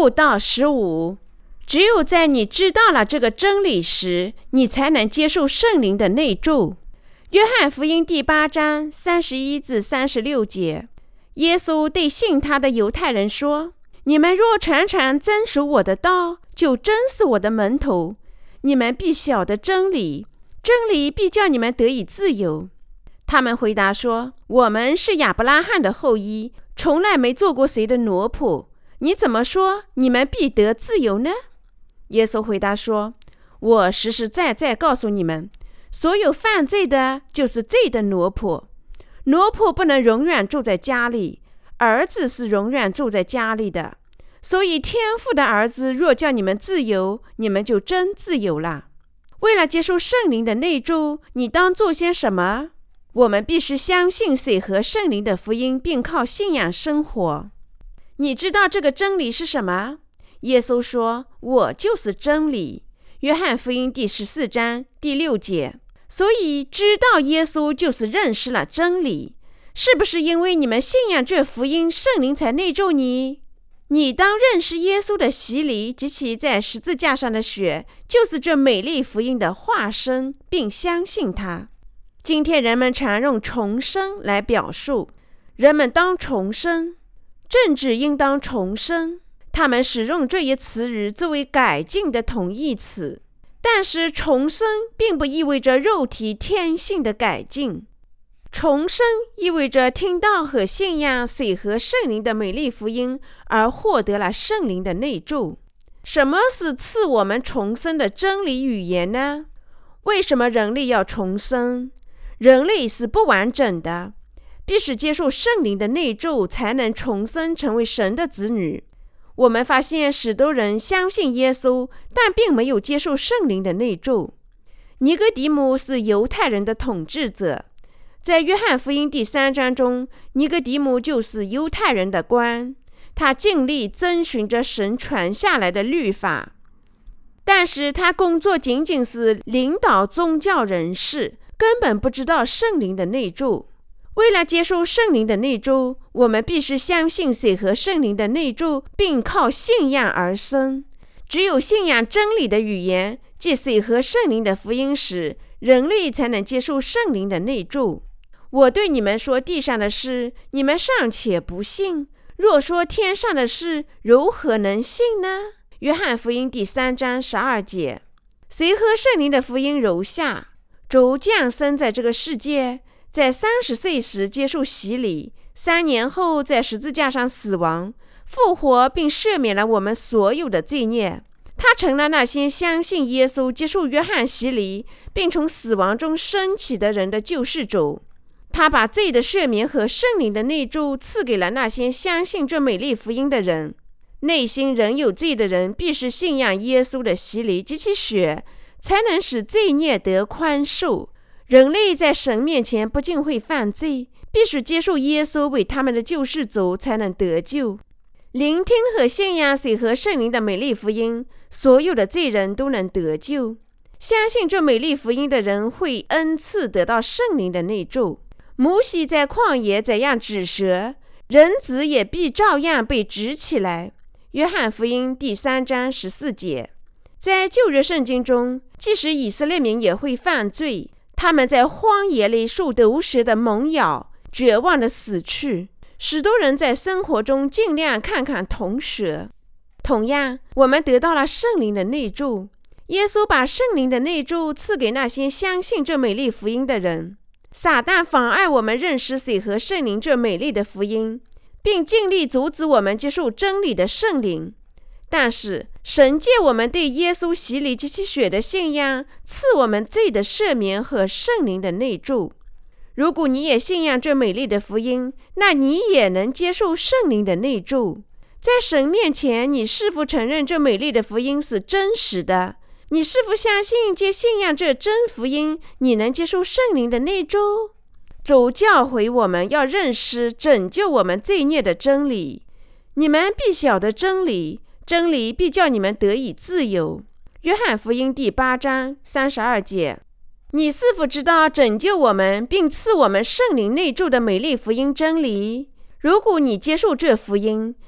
悟道15，只有在你知道了这个真理时，你才能接受圣灵的内住。约翰福音第8章31至36节，耶稣对信他的犹太人说：你们若常常遵守我的道，就真是我的门徒。你们必晓得真理，真理必叫你们得以自由。他们回答说：我们是亚伯拉罕的后裔，从来没做过谁的奴仆。你怎么说你们必得自由呢？耶稣回答说：我实实在在告诉你们，所有犯罪的就是罪的奴仆。奴仆不能永远住在家里，儿子是永远住在家里的。所以天父的儿子若叫你们自由，你们就真自由了。为了接受圣灵的内住，你当做些什么？我们必须相信水和圣灵的福音，并靠信仰生活。你知道这个真理是什么？耶稣说：我就是真理。约翰福音第14章第6节。所以知道耶稣就是认识了真理。是不是因为你们信仰这福音，圣灵才内住你？你当认识耶稣的洗礼及其在十字架上的血，就是这美丽福音的化身，并相信它。今天人们常用重生来表述，人们当重生，政治应当重生，他们使用这一词语作为改进的同义词。但是重生并不意味着肉体天性的改进，重生意味着听到和信仰水和圣灵的美丽福音，而获得了圣灵的内住。什么是赐我们重生的真理语言呢？为什么人类要重生？人类是不完整的，必须接受圣灵的内住，才能重生成为神的子女。我们发现许多人相信耶稣，但并没有接受圣灵的内住。尼哥底母是犹太人的统治者，在约翰福音第3章中，尼哥底母就是犹太人的官，他尽力遵循着神传下来的律法，但是他工作仅仅是领导宗教人士，根本不知道圣灵的内住。为了接受圣灵的内住，我们必须相信水和圣灵的内住，并靠信仰而生。只有信仰真理的语言，即水和圣灵的福音时，人类才能接受圣灵的内住。我对你们说地上的事，你们尚且不信，若说天上的事，如何能信呢？约翰福音第3章12节。水和圣灵的福音如下：主降生在这个世界，在30岁时接受洗礼，3年后在十字架上死亡，复活并赦免了我们所有的罪孽。他成了那些相信耶稣、接受约翰洗礼并从死亡中升起的人的救世主。他把罪的赦免和圣灵的内住赐给了那些相信这美丽福音的人。内心仍有罪的人必须信仰耶稣的洗礼及其血，才能使罪孽得宽恕。人类在神面前不仅会犯罪，必须接受耶稣为他们的救世主，才能得救。聆听和信仰水和圣灵的美丽福音，所有的罪人都能得救。相信这美丽福音的人会恩赐得到圣灵的内住。摩西在旷野怎样指蛇，人子也必照样被指起来。约翰福音第3章14节。在旧约圣经中，即使以色列民也会犯罪，他们在荒野里受毒蛇的猛咬，绝望地死去。许多人在生活中尽量看看铜蛇。同样，我们得到了圣灵的内住。耶稣把圣灵的内住赐给那些相信这美丽福音的人。撒旦妨碍我们认识水和圣灵这美丽的福音，并尽力阻止我们接受真理的圣灵。但是神借我们对耶稣洗礼及其血的信仰，赐我们罪的赦免和圣灵的内住。如果你也信仰这美丽的福音，那你也能接受圣灵的内住。在神面前，你是否承认这美丽的福音是真实的？你是否相信借信仰这真福音，你能接受圣灵的内住？主教诲我们要认识拯救我们罪孽的真理。你们必晓得真理，真理必叫你们得以自由。约翰福音第8章32节。你是否知道拯救我们并赐我们圣灵内住的美丽福音真理？如果你接受这福音，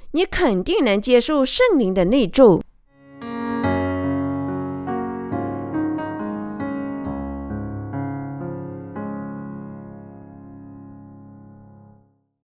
你肯定能接受圣灵的内住。